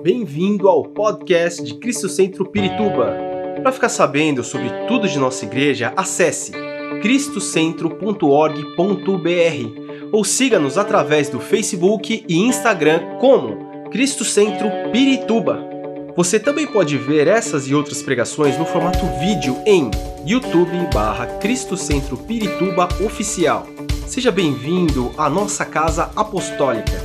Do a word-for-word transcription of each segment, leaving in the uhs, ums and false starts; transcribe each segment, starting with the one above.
Bem-vindo ao podcast de Cristo Centro Pirituba. Para ficar sabendo sobre tudo de nossa igreja, acesse cristocentro ponto org ponto br ou siga-nos através do Facebook e Instagram como Cristo Centro Pirituba. Você também pode ver essas e outras pregações no formato vídeo em YouTube barra Cristo Centro Pirituba Oficial. Seja bem-vindo à nossa casa apostólica.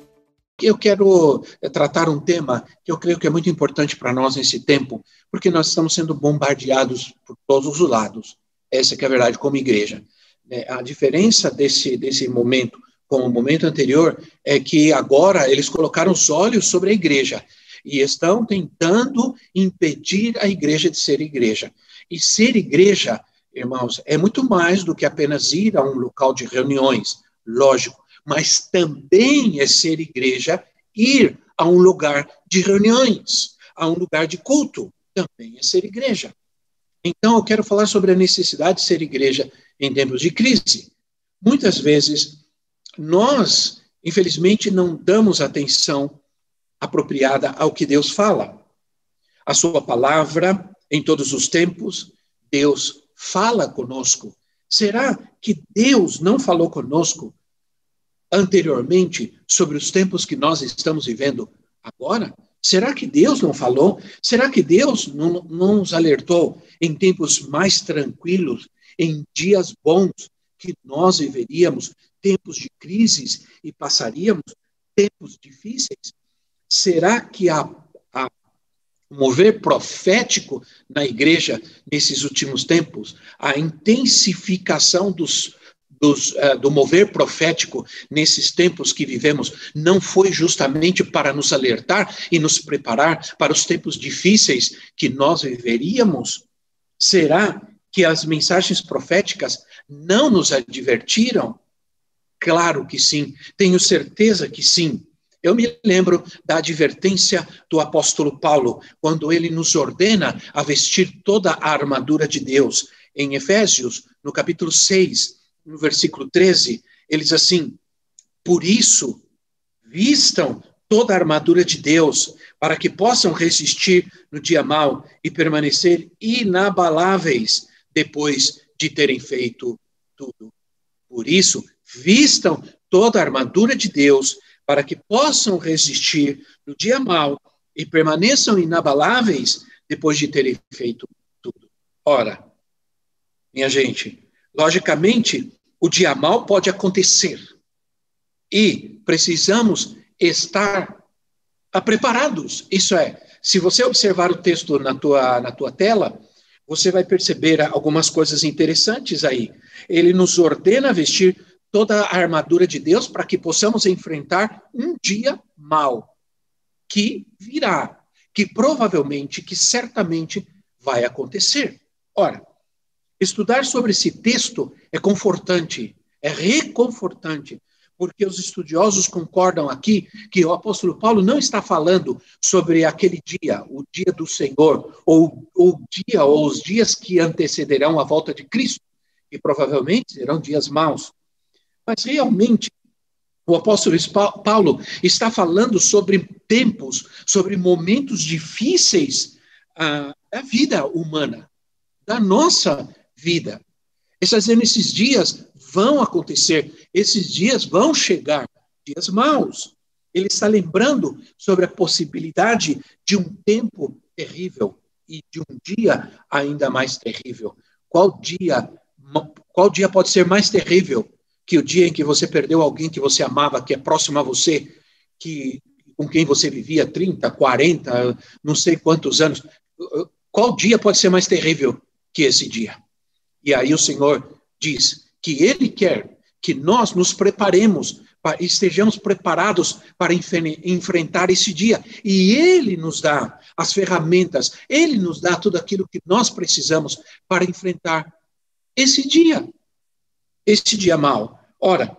Eu quero tratar um tema que eu creio que é muito importante para nós nesse tempo, porque nós estamos sendo bombardeados por todos os lados. Essa que é a verdade como igreja. A diferença desse, desse momento com o momento anterior é que agora eles colocaram os olhos sobre a igreja e estão tentando impedir a igreja de ser igreja. E ser igreja, irmãos, é muito mais do que apenas ir a um local de reuniões, lógico. Mas também é ser igreja, ir a um lugar de reuniões, a um lugar de culto, também é ser igreja. Então, eu quero falar sobre a necessidade de ser igreja em tempos de crise. Muitas vezes, nós, infelizmente, não damos atenção apropriada ao que Deus fala. A sua palavra, em todos os tempos, Deus fala conosco. Será que Deus não falou conosco anteriormente sobre os tempos que nós estamos vivendo agora? Será que Deus não falou? Será que Deus não, não nos alertou em tempos mais tranquilos, em dias bons, que nós viveríamos tempos de crises e passaríamos tempos difíceis? Será que a, a mover profético na igreja nesses últimos tempos, a intensificação dos Dos, uh, do mover profético nesses tempos que vivemos, não foi justamente para nos alertar e nos preparar para os tempos difíceis que nós viveríamos? Será que as mensagens proféticas não nos advertiram? Claro que sim, tenho certeza que sim. Eu me lembro da advertência do apóstolo Paulo, quando ele nos ordena a vestir toda a armadura de Deus. Em Efésios, no capítulo seis, no versículo treze, ele diz assim: por isso, vistam toda a armadura de Deus, para que possam resistir no dia mau e permanecer inabaláveis depois de terem feito tudo. Por isso, vistam toda a armadura de Deus, para que possam resistir no dia mau e permaneçam inabaláveis depois de terem feito tudo. Ora, minha gente, logicamente, o dia mau pode acontecer e precisamos estar preparados. Isso é, se você observar o texto na tua, na tua tela, você vai perceber algumas coisas interessantes aí. Ele nos ordena vestir toda a armadura de Deus para que possamos enfrentar um dia mau que virá, que provavelmente, que certamente vai acontecer. Ora, estudar sobre esse texto é confortante, é reconfortante, porque os estudiosos concordam aqui que o apóstolo Paulo não está falando sobre aquele dia, o dia do Senhor, ou o dia ou os dias que antecederão a volta de Cristo, que provavelmente serão dias maus. Mas realmente, o apóstolo Paulo está falando sobre tempos, sobre momentos difíceis ah, da vida humana, da nossa vida. Está dizendo, esses dias vão acontecer, esses dias vão chegar, dias maus. Ele está lembrando sobre a possibilidade de um tempo terrível e de um dia ainda mais terrível. Qual dia, qual dia pode ser mais terrível que o dia em que você perdeu alguém que você amava, que é próximo a você, que, com quem você vivia trinta, quarenta, não sei quantos anos? Qual dia pode ser mais terrível que esse dia? E aí o Senhor diz que Ele quer que nós nos preparemos, para, estejamos preparados para enf- enfrentar esse dia. E Ele nos dá as ferramentas, Ele nos dá tudo aquilo que nós precisamos para enfrentar esse dia, esse dia mau. Ora,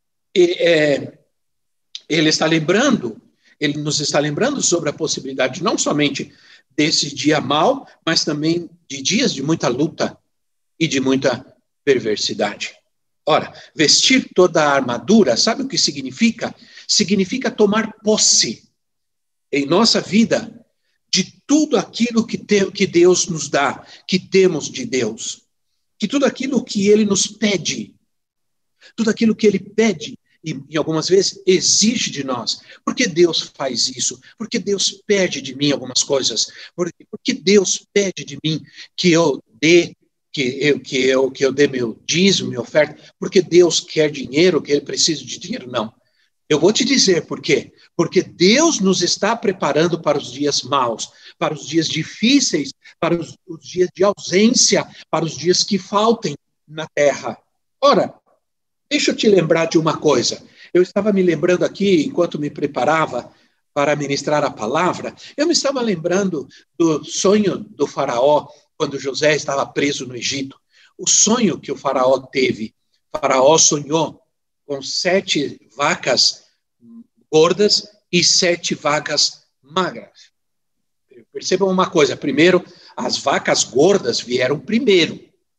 é, Ele está lembrando, Ele nos está lembrando sobre a possibilidade não somente desse dia mau, mas também de dias de muita luta e de muita perversidade. Ora, vestir toda a armadura, sabe o que significa? Significa tomar posse em nossa vida de tudo aquilo que, te, que Deus nos dá, que temos de Deus, que tudo aquilo que Ele nos pede, tudo aquilo que Ele pede, e, e algumas vezes exige de nós. Por que Deus faz isso? Porque Deus pede de mim algumas coisas. Por, porque Deus pede de mim que eu dê, que eu, que, eu, que eu dê meu dízimo, minha oferta? Porque Deus quer dinheiro, que Ele precisa de dinheiro? Não. Eu vou te dizer por quê. Porque Deus nos está preparando para os dias maus, para os dias difíceis, para os, os dias de ausência, para os dias que faltem na terra. Ora, deixa eu te lembrar de uma coisa. Eu estava me lembrando aqui, enquanto me preparava para ministrar a palavra, eu me estava lembrando do sonho do faraó, quando José estava preso no Egito. O sonho que o faraó teve. O faraó sonhou com sete vacas gordas e sete vacas magras. Percebam uma coisa. Primeiro, as vacas gordas vieram primeiro.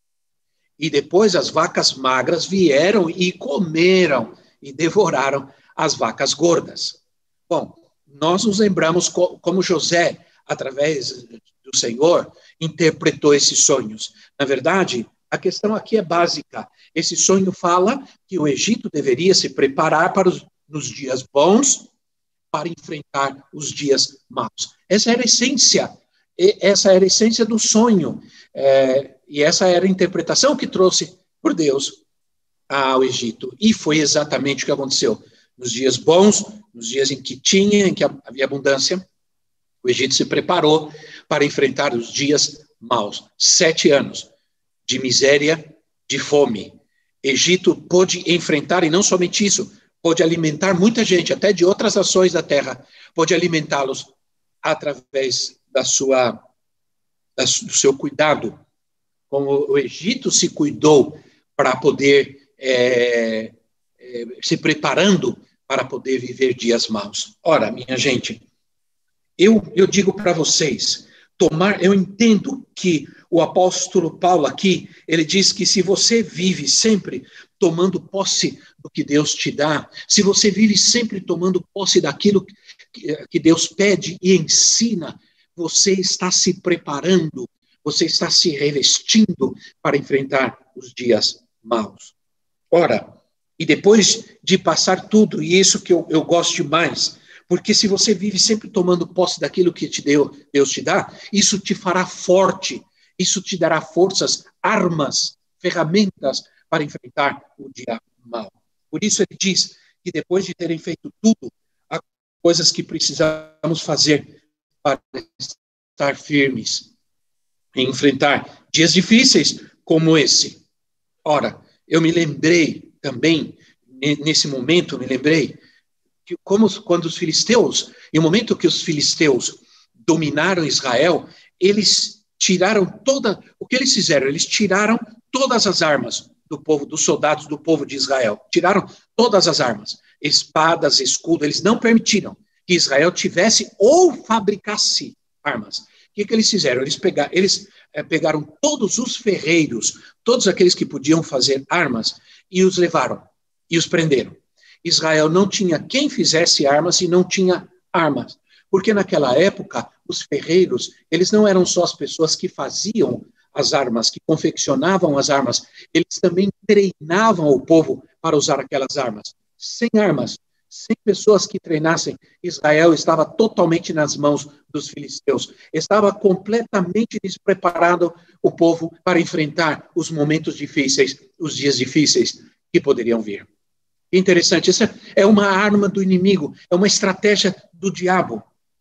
E depois as vacas magras vieram e comeram e devoraram as vacas gordas. Bom, nós nos lembramos co- como José, através do Senhor, interpretou esses sonhos. Na verdade, a questão aqui é básica. Esse sonho fala que o Egito deveria se preparar para os nos dias bons, para enfrentar os dias maus. Essa era a essência. E essa era a essência do sonho. É, e essa era a interpretação que trouxe por Deus ao Egito. E foi exatamente o que aconteceu. Nos dias bons, nos dias em que tinha, em que havia abundância, o Egito se preparou para enfrentar os dias maus. Sete anos de miséria, de fome. Egito pôde enfrentar, e não somente isso, pôde alimentar muita gente, até de outras nações da terra, pôde alimentá-los através da sua, da, do seu cuidado. Como o Egito se cuidou para poder, é, é, se preparando para poder viver dias maus. Ora, minha gente, eu, eu digo para vocês, tomar, eu entendo que o apóstolo Paulo aqui, ele diz que se você vive sempre tomando posse do que Deus te dá, se você vive sempre tomando posse daquilo que, que Deus pede e ensina, você está se preparando, você está se revestindo para enfrentar os dias maus. Ora, e depois de passar tudo, e isso que eu, eu gosto demais, porque se você vive sempre tomando posse daquilo que te deu, Deus te dá, isso te fará forte, isso te dará forças, armas, ferramentas para enfrentar o dia mau. Por isso ele diz que depois de terem feito tudo, há coisas que precisamos fazer para estar firmes e enfrentar dias difíceis como esse. Ora, eu me lembrei também, nesse momento, me lembrei, que como quando os filisteus, em o momento que os filisteus dominaram Israel, eles tiraram toda, o que eles fizeram? Eles tiraram todas as armas do povo, dos soldados do povo de Israel. Tiraram todas as armas, espadas, escudo, eles não permitiram que Israel tivesse ou fabricasse armas. O que, que eles fizeram? Eles, pegaram, eles é, pegaram todos os ferreiros, todos aqueles que podiam fazer armas, e os levaram, e os prenderam. Israel não tinha quem fizesse armas e não tinha armas. Porque naquela época, os ferreiros, eles não eram só as pessoas que faziam as armas, que confeccionavam as armas, eles também treinavam o povo para usar aquelas armas. Sem armas, sem pessoas que treinassem, Israel estava totalmente nas mãos dos filisteus. Estava completamente despreparado o povo para enfrentar os momentos difíceis, os dias difíceis que poderiam vir. Interessante, essa é uma arma do inimigo, é uma estratégia do diabo.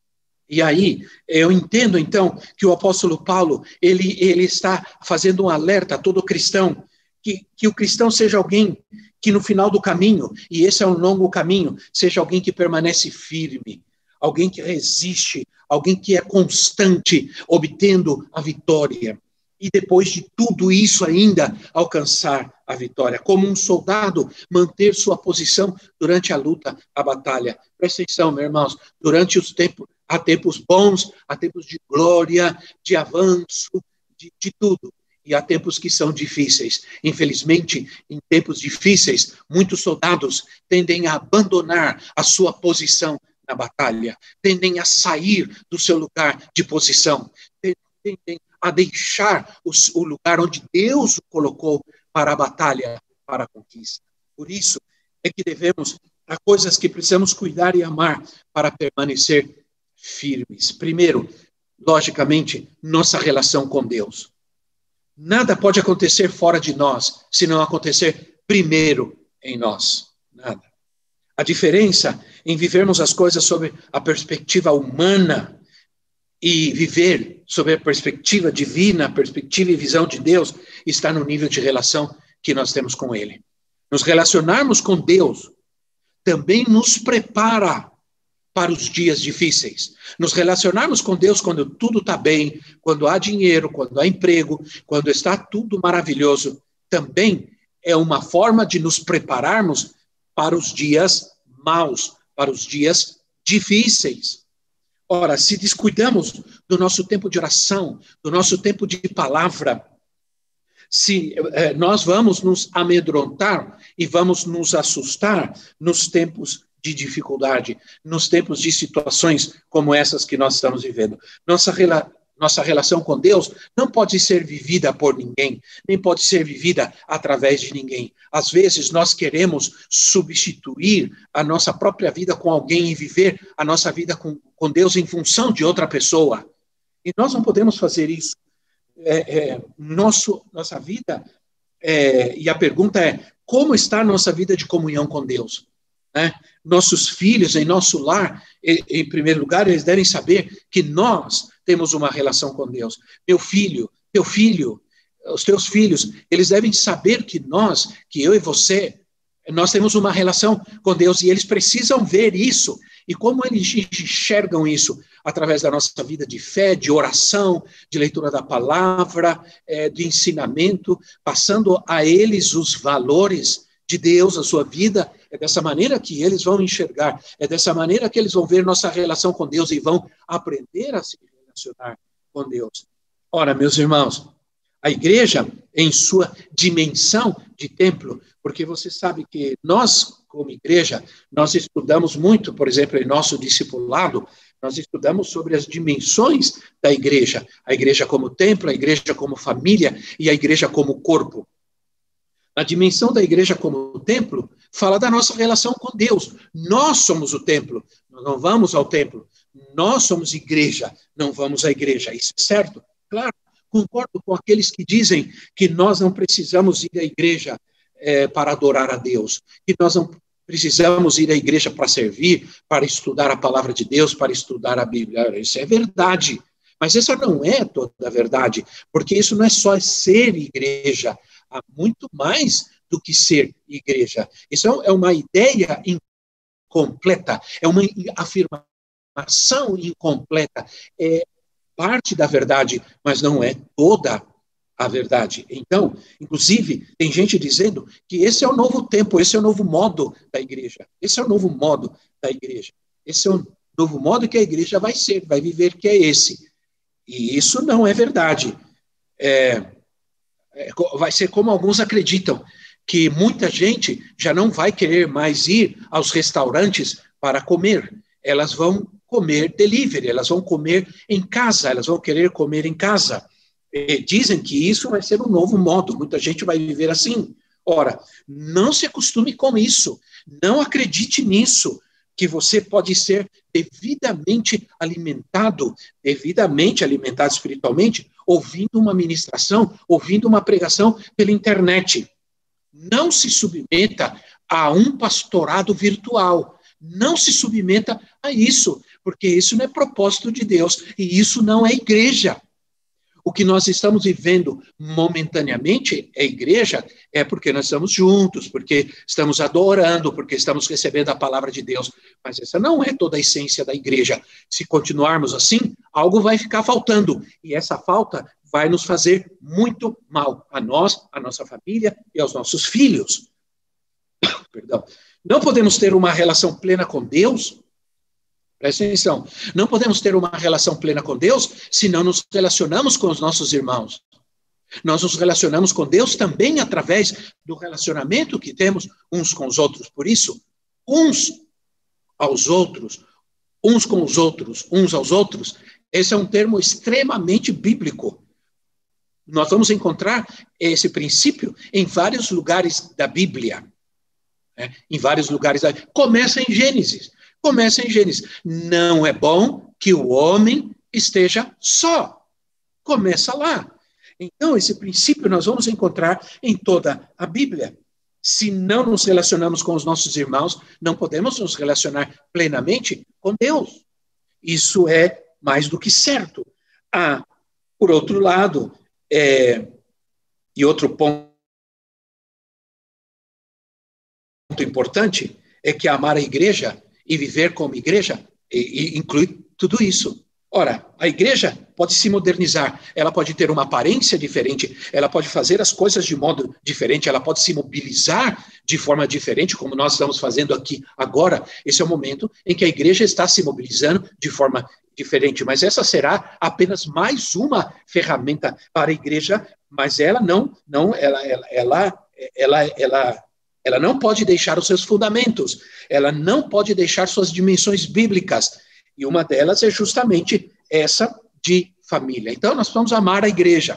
E aí, eu entendo, então, que o apóstolo Paulo, ele, ele está fazendo um alerta a todo cristão, que, que o cristão seja alguém que no final do caminho, e esse é um longo caminho, seja alguém que permanece firme, alguém que resiste, alguém que é constante, obtendo a vitória. E depois de tudo isso ainda, alcançar a vitória. Como um soldado, manter sua posição durante a luta, a batalha. Presta atenção, meus irmãos, durante os tempos, há tempos bons, há tempos de glória, de avanço, de, de tudo. E há tempos que são difíceis. Infelizmente, em tempos difíceis, muitos soldados tendem a abandonar a sua posição na batalha, tendem a sair do seu lugar de posição, tendem a deixar o, o lugar onde Deus o colocou para a batalha, para a conquista. Por isso é que devemos, há coisas que precisamos cuidar e amar para permanecer firmes. Primeiro, logicamente, nossa relação com Deus. Nada pode acontecer fora de nós, se não acontecer primeiro em nós. Nada. A diferença em vivermos as coisas sob a perspectiva humana e viver sob a perspectiva divina, a perspectiva e visão de Deus, está no nível de relação que nós temos com Ele. Nos relacionarmos com Deus também nos prepara para os dias difíceis. Nos relacionarmos com Deus quando tudo está bem, quando há dinheiro, quando há emprego, quando está tudo maravilhoso, também é uma forma de nos prepararmos para os dias maus, para os dias difíceis. Ora, se descuidamos do nosso tempo de oração, do nosso tempo de palavra, se eh, nós vamos nos amedrontar e vamos nos assustar nos tempos de dificuldade, nos tempos de situações como essas que nós estamos vivendo. Nossa, rela nossa relação com Deus não pode ser vivida por ninguém, nem pode ser vivida através de ninguém. Às vezes nós queremos substituir a nossa própria vida com alguém e viver a nossa vida com, com Deus em função de outra pessoa. E nós não podemos fazer isso. É, é, nosso, nossa vida, é, e a pergunta é, como está a nossa vida de comunhão com Deus? Né? Nossos filhos, em nosso lar, em, em primeiro lugar, eles devem saber que nós temos uma relação com Deus. Meu filho, teu filho, os teus filhos, eles devem saber que nós, que eu e você, nós temos uma relação com Deus e eles precisam ver isso. E como eles enxergam isso? Através da nossa vida de fé, de oração, de leitura da palavra, é, de ensinamento, passando a eles os valores de Deus, a sua vida. É dessa maneira que eles vão enxergar, é dessa maneira que eles vão ver nossa relação com Deus e vão aprender a se relacionar com Deus. Ora, meus irmãos, a igreja, em sua dimensão de templo, porque você sabe que nós, como igreja, nós estudamos muito, por exemplo, em nosso discipulado, nós estudamos sobre as dimensões da igreja, a igreja como templo, a igreja como família e a igreja como corpo. A dimensão da igreja como templo fala da nossa relação com Deus. Nós somos o templo, nós não vamos ao templo. Nós somos igreja, não vamos à igreja. Isso é certo? Claro, concordo com aqueles que dizem que nós não precisamos ir à igreja é, para adorar a Deus, que nós não precisamos ir à igreja para servir, para estudar a palavra de Deus, para estudar a Bíblia. Isso é verdade, mas essa não é toda a verdade, porque isso não é só ser igreja, há muito mais do que ser igreja. Isso é uma ideia incompleta, é uma afirmação incompleta, é parte da verdade, mas não é toda a verdade. Então, inclusive, tem gente dizendo que esse é o novo tempo, esse é o novo modo da igreja, esse é o novo modo da igreja, esse é o novo modo que a igreja vai ser, vai viver, que é esse. E isso não é verdade. É, é, vai ser como alguns acreditam, que muita gente já não vai querer mais ir aos restaurantes para comer. Elas vão comer delivery, elas vão comer em casa, elas vão querer comer em casa. E dizem que isso vai ser um novo modo, muita gente vai viver assim. Ora, não se acostume com isso, não acredite nisso, que você pode ser devidamente alimentado, devidamente alimentado espiritualmente, ouvindo uma ministração, ouvindo uma pregação pela internet. Não se submeta a um pastorado virtual, não se submeta a isso, porque isso não é propósito de Deus, e isso não é igreja. O que nós estamos vivendo momentaneamente é igreja, é porque nós estamos juntos, porque estamos adorando, porque estamos recebendo a palavra de Deus. Mas essa não é toda a essência da igreja. Se continuarmos assim, algo vai ficar faltando. E essa falta vai nos fazer muito mal, a nós, a nossa família e aos nossos filhos. Perdão. Não podemos ter uma relação plena com Deus. Presta atenção, não podemos ter uma relação plena com Deus se não nos relacionamos com os nossos irmãos. Nós nos relacionamos com Deus também através do relacionamento que temos uns com os outros. Por isso, uns aos outros, uns com os outros, uns aos outros, esse é um termo extremamente bíblico. Nós vamos encontrar esse princípio em vários lugares da Bíblia. Né? Em vários lugares. Da... Começa em Gênesis. Começa em Gênesis. Não é bom que o homem esteja só. Começa lá. Então, esse princípio nós vamos encontrar em toda a Bíblia. Se não nos relacionamos com os nossos irmãos, não podemos nos relacionar plenamente com Deus. Isso é mais do que certo. Ah, por outro lado, é, e outro ponto importante é que amar a igreja e viver como igreja e, e inclui tudo isso. Ora, a igreja pode se modernizar, ela pode ter uma aparência diferente, ela pode fazer as coisas de modo diferente, ela pode se mobilizar de forma diferente, como nós estamos fazendo aqui agora. Esse é o momento em que a igreja está se mobilizando de forma diferente, mas essa será apenas mais uma ferramenta para a igreja, mas ela não, não ela, ela, ela, ela, ela, ela não pode deixar os seus fundamentos, ela não pode deixar suas dimensões bíblicas. E uma delas é justamente essa de família. Então, nós precisamos amar a igreja.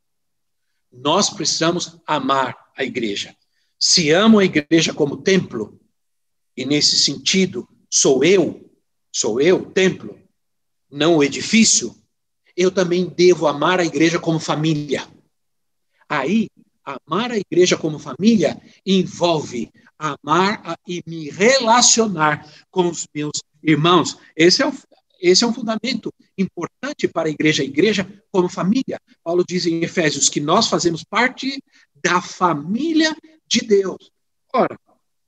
Nós precisamos amar a igreja. Se amo a igreja como templo, e nesse sentido, sou eu, sou eu, templo, não o edifício, eu também devo amar a igreja como família. Aí, amar a igreja como família envolve amar e me relacionar com os meus irmãos. Esse é, o, esse é um fundamento importante para a igreja, a igreja como família. Paulo diz em Efésios que nós fazemos parte da família de Deus. Ora,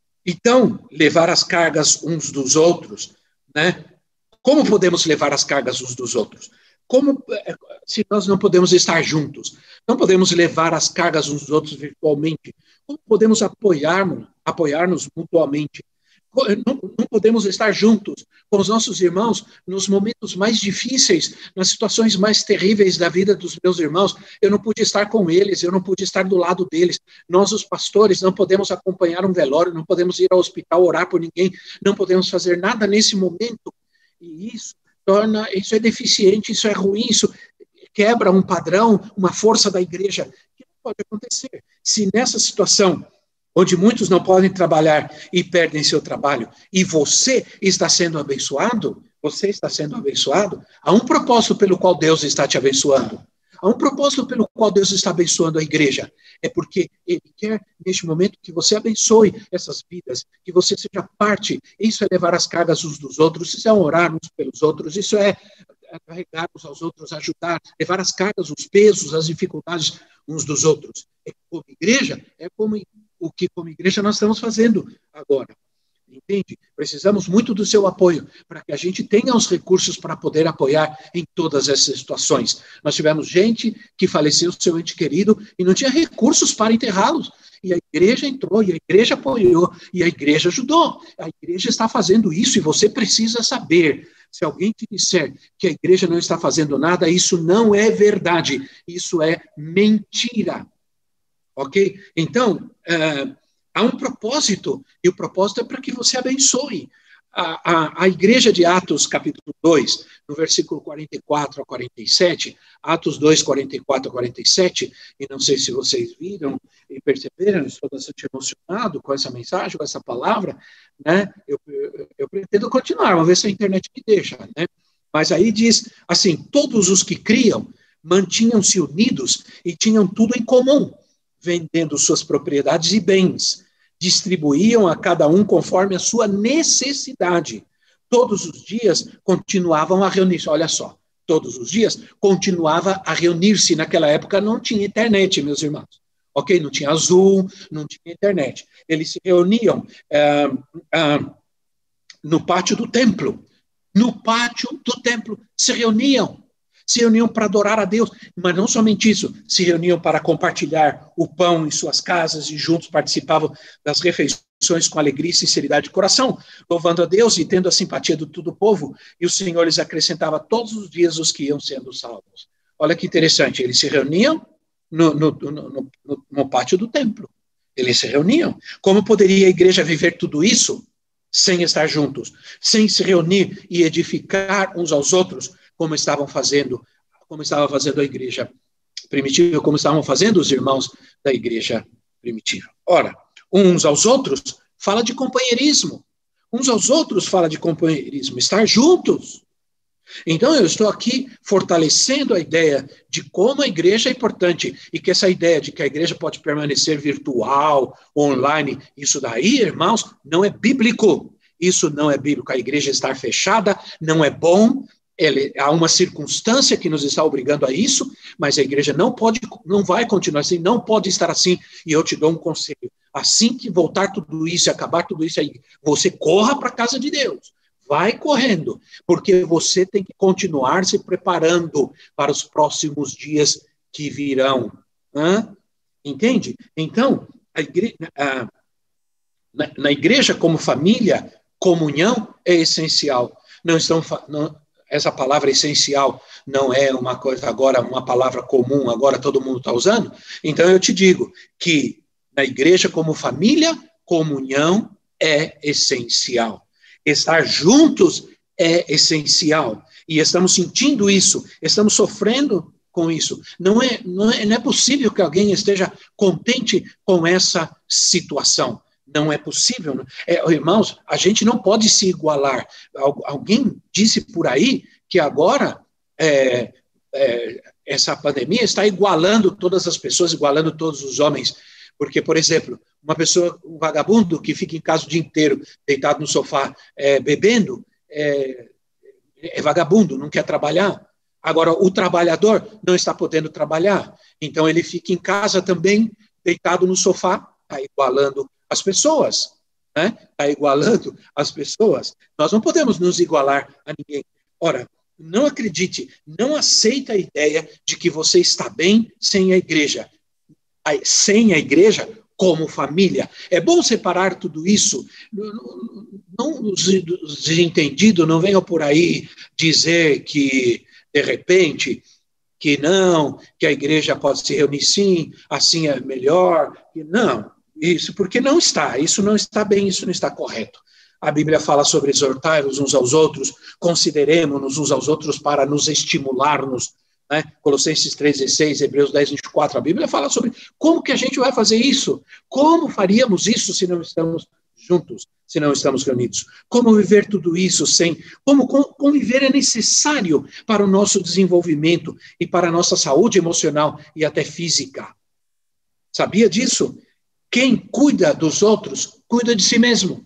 então, levar as cargas uns dos outros, né? Como podemos levar as cargas uns dos outros? Como, se nós não podemos estar juntos? Não podemos levar as cargas uns dos outros virtualmente? Como podemos apoiar-nos, apoiar-nos mutuamente? Não, não podemos estar juntos com os nossos irmãos nos momentos mais difíceis, nas situações mais terríveis da vida dos meus irmãos. Eu não pude estar com eles, eu não pude estar do lado deles. Nós, os pastores, não podemos acompanhar um velório, não podemos ir ao hospital orar por ninguém, não podemos fazer nada nesse momento. E isso torna, isso é deficiente, isso é ruim, isso quebra um padrão, uma força da igreja. O que pode acontecer? Se nessa situação, onde muitos não podem trabalhar e perdem seu trabalho, e você está sendo abençoado, você está sendo abençoado, há um propósito pelo qual Deus está te abençoando. Há um propósito pelo qual Deus está abençoando a igreja. É porque Ele quer, neste momento, que você abençoe essas vidas, que você seja parte. Isso é levar as cargas uns dos outros, isso é orar uns pelos outros, isso é carregar uns aos outros, ajudar, levar as cargas, os pesos, as dificuldades uns dos outros. É como igreja, é como o que como igreja nós estamos fazendo agora. Entende? Precisamos muito do seu apoio para que a gente tenha os recursos para poder apoiar em todas essas situações. Nós tivemos gente que faleceu, seu ente querido, e não tinha recursos para enterrá-los. E a igreja entrou, e a igreja apoiou, e a igreja ajudou. A igreja está fazendo isso, e você precisa saber. Se alguém te disser que a igreja não está fazendo nada, isso não é verdade. Isso é mentira. Ok? Então, uh, há um propósito, e o propósito é para que você abençoe. A, a, a igreja de Atos, capítulo dois, no versículo quarenta e quatro a quarenta e sete, Atos dois, quarenta e quatro a quarenta e sete, e não sei se vocês viram e perceberam, eu estou bastante emocionado com essa mensagem, com essa palavra, né? Eu, eu, eu pretendo continuar, vamos ver se a internet me deixa, né? Mas aí diz, assim, todos os que criam mantinham-se unidos e tinham tudo em comum, vendendo suas propriedades e bens, distribuíam a cada um conforme a sua necessidade. Todos os dias continuavam a reunir-se. Olha só, todos os dias continuava a reunir-se. Naquela época não tinha internet, meus irmãos. Ok? Não tinha Zoom, não tinha internet. Eles se reuniam ah, ah, no pátio do templo. No pátio do templo se reuniam. Se reuniam para adorar a Deus, mas não somente isso, se reuniam para compartilhar o pão em suas casas e juntos participavam das refeições com alegria e sinceridade de coração, louvando a Deus e tendo a simpatia de todo o povo, e o Senhor lhes acrescentava todos os dias os que iam sendo salvos. Olha que interessante, eles se reuniam no, no, no, no, no pátio do templo, eles se reuniam. Como poderia a igreja viver tudo isso sem estar juntos, sem se reunir e edificar uns aos outros, como estavam fazendo, como estava fazendo a igreja primitiva, como estavam fazendo os irmãos da igreja primitiva. Ora, uns aos outros fala de companheirismo, uns aos outros fala de companheirismo, estar juntos. Então, eu estou aqui fortalecendo a ideia de como a igreja é importante e que essa ideia de que a igreja pode permanecer virtual, online, isso daí, irmãos, não é bíblico. Isso não é bíblico. A igreja estar fechada não é bom. Ele, há uma circunstância que nos está obrigando a isso, mas a igreja não pode, não vai continuar assim, não pode estar assim. E eu te dou um conselho. Assim que voltar tudo isso e acabar tudo isso aí, você corra para a casa de Deus. Vai correndo, porque você tem que continuar se preparando para os próximos dias que virão. Hã? Entende? Então, a igre... a... Na, na igreja como família, comunhão é essencial. Não estão... Não... Essa palavra essencial não é uma coisa agora, uma palavra comum, agora todo mundo está usando. Então, eu te digo que na igreja como família, comunhão é essencial. Estar juntos é essencial. E estamos sentindo isso, estamos sofrendo com isso. Não é, não é, não é possível que alguém esteja contente com essa situação. Não é possível. É, irmãos, a gente não pode se igualar. Alguém disse por aí que agora é, é, essa pandemia está igualando todas as pessoas, igualando todos os homens. Porque, por exemplo, uma pessoa, um vagabundo que fica em casa o dia inteiro, deitado no sofá, é, bebendo, é, é vagabundo, não quer trabalhar. Agora, o trabalhador não está podendo trabalhar. Então, ele fica em casa também, deitado no sofá, está igualando as pessoas. Né? Está igualando as pessoas. Nós não podemos nos igualar a ninguém. Ora, não acredite, não aceita a ideia de que você está bem sem a igreja. Sem a igreja como família. É bom separar tudo isso. Não, os desentendidos não venham por aí dizer que, de repente, que não, que a igreja pode se reunir sim, assim é melhor. Que não, isso, porque não está. Isso não está bem, isso não está correto. A Bíblia fala sobre exortar-nos uns aos outros, consideremos-nos uns aos outros para nos estimular-nos. Né? Colossenses três, dezesseis, Hebreus dez, vinte e quatro, a Bíblia fala sobre como que a gente vai fazer isso, como faríamos isso se não estamos juntos, se não estamos reunidos, como viver tudo isso sem, como conviver é necessário para o nosso desenvolvimento e para a nossa saúde emocional e até física. Sabia disso? Quem cuida dos outros, cuida de si mesmo.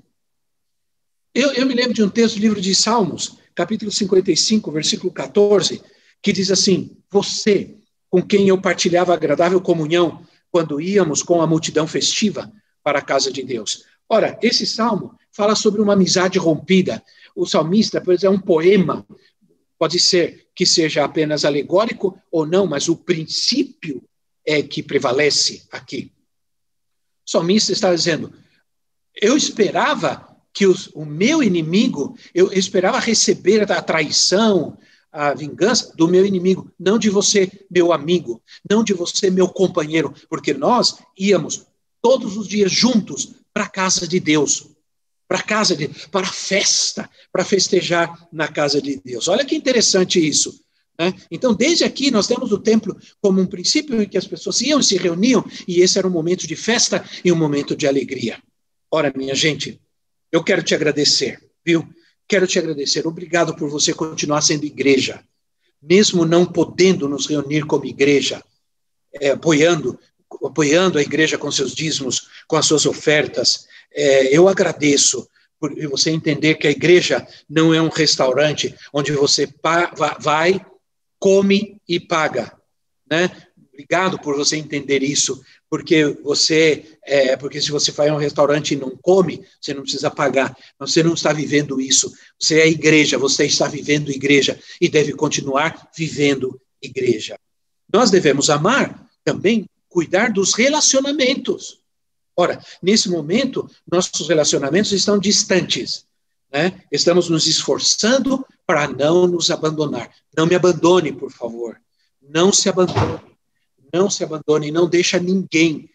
Eu, eu me lembro de um texto do livro de Salmos, capítulo cinquenta e cinco, versículo quatorze, que diz assim, você, com quem eu partilhava agradável comunhão, quando íamos com a multidão festiva para a casa de Deus. Ora, esse salmo fala sobre uma amizade rompida. O salmista, pois, é um poema, pode ser que seja apenas alegórico ou não, mas o princípio é que prevalece aqui. O salmista está dizendo, eu esperava que os, o meu inimigo, eu esperava receber a traição, a vingança do meu inimigo, não de você, meu amigo, não de você, meu companheiro, porque nós íamos todos os dias juntos para a casa de Deus, para a casa de para a festa, para festejar na casa de Deus. Olha que interessante isso. Né? Então, desde aqui, nós temos o templo como um princípio em que as pessoas iam e se reuniam, e esse era um momento de festa e um momento de alegria. Ora, minha gente, eu quero te agradecer, viu? Quero te agradecer. Obrigado por você continuar sendo igreja, mesmo não podendo nos reunir como igreja, é, apoiando, apoiando a igreja com seus dízimos, com as suas ofertas. É, eu agradeço por você entender que a igreja não é um restaurante onde você pa- vai, come e paga, né? Obrigado por você entender isso, porque você, é, porque se você vai a um restaurante e não come, você não precisa pagar, você não está vivendo isso, você é igreja, você está vivendo igreja e deve continuar vivendo igreja. Nós devemos amar, também cuidar dos relacionamentos. Ora, nesse momento, nossos relacionamentos estão distantes, né? Estamos nos esforçando para não nos abandonar. Não me abandone, por favor, não se abandone. Não se abandone, não deixa ninguém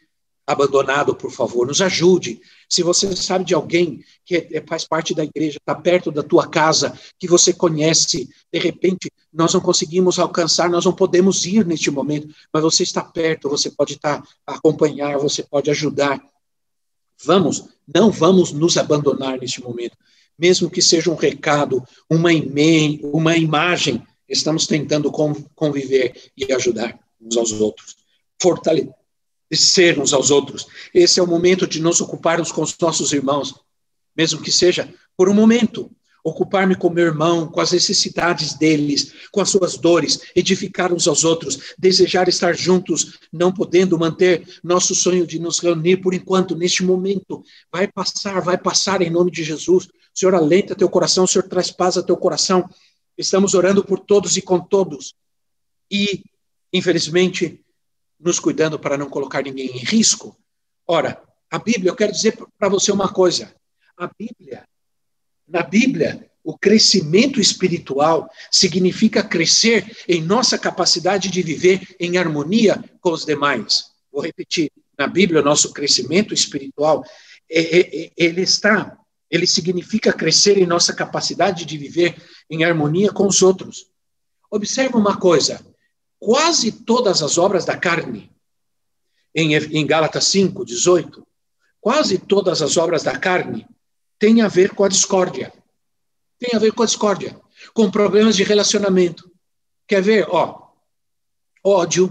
abandonado, por favor, nos ajude. Se você sabe de alguém que é, faz parte da igreja, está perto da tua casa, que você conhece, de repente nós não conseguimos alcançar, nós não podemos ir neste momento, mas você está perto, você pode estar, acompanhar, você pode ajudar. Vamos, não vamos nos abandonar neste momento. Mesmo que seja um recado, uma, ime- uma imagem, estamos tentando conviver e ajudar uns aos outros. Fortalecer uns aos outros. Esse é o momento de nos ocuparmos com os nossos irmãos, mesmo que seja por um momento. Ocupar-me com meu irmão, com as necessidades deles, com as suas dores, edificar uns aos outros, desejar estar juntos, não podendo manter nosso sonho de nos reunir por enquanto, neste momento. Vai passar, vai passar em nome de Jesus. O Senhor alenta teu coração, o Senhor traz paz a teu coração. Estamos orando por todos e com todos. E, infelizmente, nos cuidando para não colocar ninguém em risco. Ora, a Bíblia, eu quero dizer para você uma coisa. A Bíblia... Na Bíblia, o crescimento espiritual significa crescer em nossa capacidade de viver em harmonia com os demais. Vou repetir, na Bíblia, o nosso crescimento espiritual, é, é, ele está, ele significa crescer em nossa capacidade de viver em harmonia com os outros. Observe uma coisa, quase todas as obras da carne, em, em Gálatas cinco, dezoito, quase todas as obras da carne tem a ver com a discórdia. Tem a ver com a discórdia. Com problemas de relacionamento. Quer ver? Ó, ódio,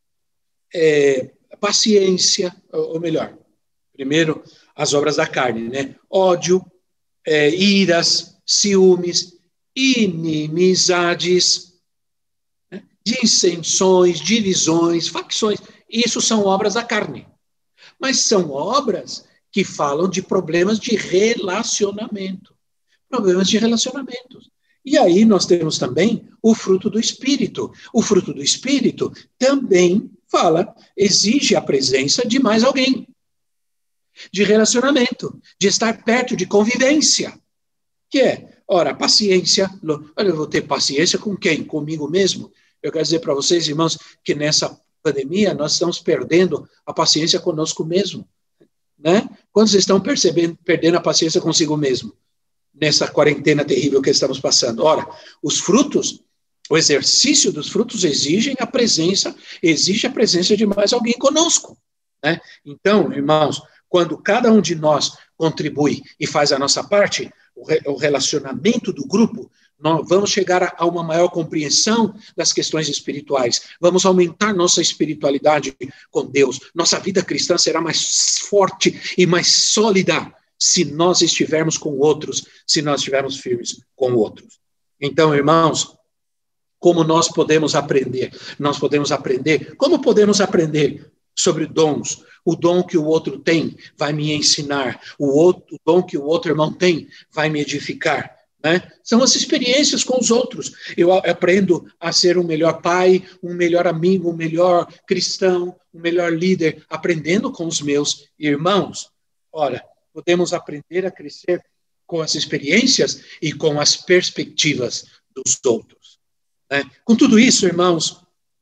é, paciência, ou melhor, primeiro as obras da carne, né? Ódio, é, iras, ciúmes, inimizades, né? Dissensões, divisões, facções. Isso são obras da carne. Mas são obras que falam de problemas de relacionamento. Problemas de relacionamento. E aí nós temos também o fruto do Espírito. O fruto do Espírito também fala, exige a presença de mais alguém. De relacionamento, de estar perto, de convivência. Que é, ora, paciência. Olha, eu vou ter paciência com quem? Comigo mesmo? Eu quero dizer para vocês, irmãos, que nessa pandemia nós estamos perdendo a paciência conosco mesmo. Né? Quantos estão percebendo, perdendo a paciência consigo mesmo, nessa quarentena terrível que estamos passando? Ora, os frutos, o exercício dos frutos exigem a presença, exige a presença de mais alguém conosco. Né? Então, irmãos, quando cada um de nós contribui e faz a nossa parte, o, re, o relacionamento do grupo, nós vamos chegar a, a uma maior compreensão das questões espirituais. Vamos aumentar nossa espiritualidade com Deus. Nossa vida cristã será mais forte e mais sólida se nós estivermos com outros, se nós estivermos firmes com outros. Então, irmãos, como nós podemos aprender? Nós podemos aprender. Como podemos aprender sobre dons? O dom que o outro tem vai me ensinar. O, outro, o dom que o outro irmão tem vai me edificar. Né? São as experiências com os outros. Eu aprendo a ser um melhor pai, um melhor amigo, um melhor cristão, um melhor líder, aprendendo com os meus irmãos. Ora, podemos aprender a crescer com as experiências e com as perspectivas dos outros. Né? Com tudo isso, irmãos,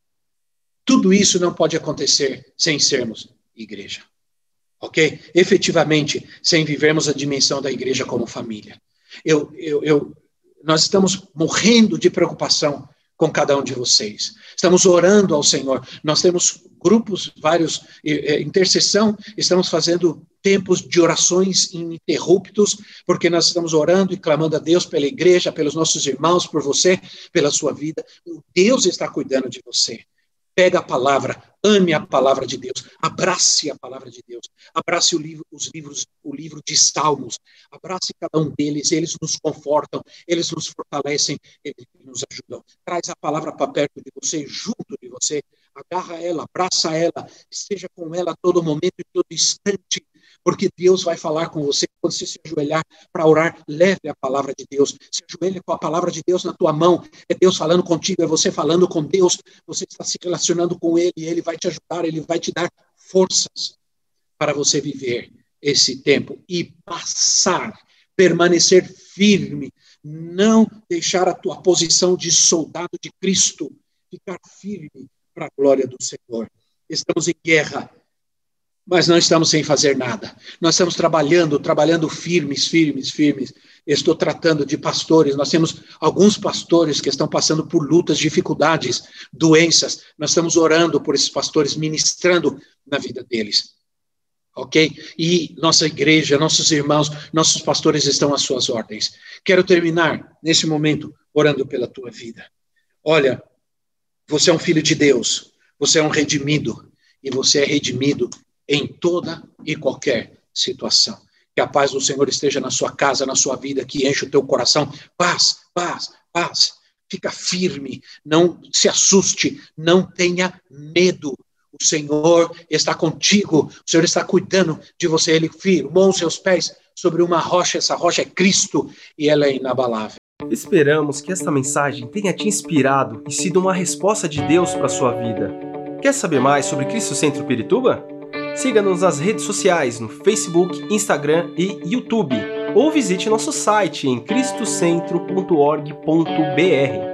tudo isso não pode acontecer sem sermos igreja. Ok? Efetivamente, sem vivermos a dimensão da igreja como família. Eu, eu, eu, nós estamos morrendo de preocupação com cada um de vocês. Estamos orando ao Senhor. Nós temos grupos, vários, eh, intercessão, estamos fazendo tempos de orações ininterruptos, porque nós estamos orando e clamando a Deus pela igreja, pelos nossos irmãos, por você, pela sua vida. Deus está cuidando de você. Pega a palavra, ame a palavra de Deus, abrace a palavra de Deus, abrace o livro, os livros, o livro de Salmos, abrace cada um deles, eles nos confortam, eles nos fortalecem, eles nos ajudam. Traz a palavra para perto de você, junto de você, agarra ela, abraça ela, esteja com ela a todo momento e todo instante, porque Deus vai falar com você. Quando você se ajoelhar para orar, leve a palavra de Deus. Se ajoelhe com a palavra de Deus na tua mão. É Deus falando contigo, é você falando com Deus. Você está se relacionando com Ele, e Ele vai te ajudar, Ele vai te dar forças para você viver esse tempo e passar, permanecer firme, não deixar a tua posição de soldado de Cristo, ficar firme para a glória do Senhor. Estamos em guerra. mas não estamos sem fazer nada. Nós estamos trabalhando, trabalhando firmes, firmes, firmes. Estou tratando de pastores. Nós temos alguns pastores que estão passando por lutas, dificuldades, doenças. Nós estamos orando por esses pastores, ministrando na vida deles. Ok? E nossa igreja, nossos irmãos, nossos pastores estão às suas ordens. Quero terminar, nesse momento, orando pela tua vida. Olha, você é um filho de Deus. Você é um redimido. E você é redimido em toda e qualquer situação. Que a paz do Senhor esteja na sua casa, na sua vida, que enche o teu coração. Paz, paz, paz. Fica firme, não se assuste, não tenha medo. O Senhor está contigo, o Senhor está cuidando de você. Ele firmou os seus pés sobre uma rocha, essa rocha é Cristo e ela é inabalável. Esperamos que esta mensagem tenha te inspirado e sido uma resposta de Deus para a sua vida. Quer saber mais sobre Cristo Centro Pirituba? Siga-nos nas redes sociais no Facebook, Instagram e YouTube, ou visite nosso site em cristo centro ponto org ponto br.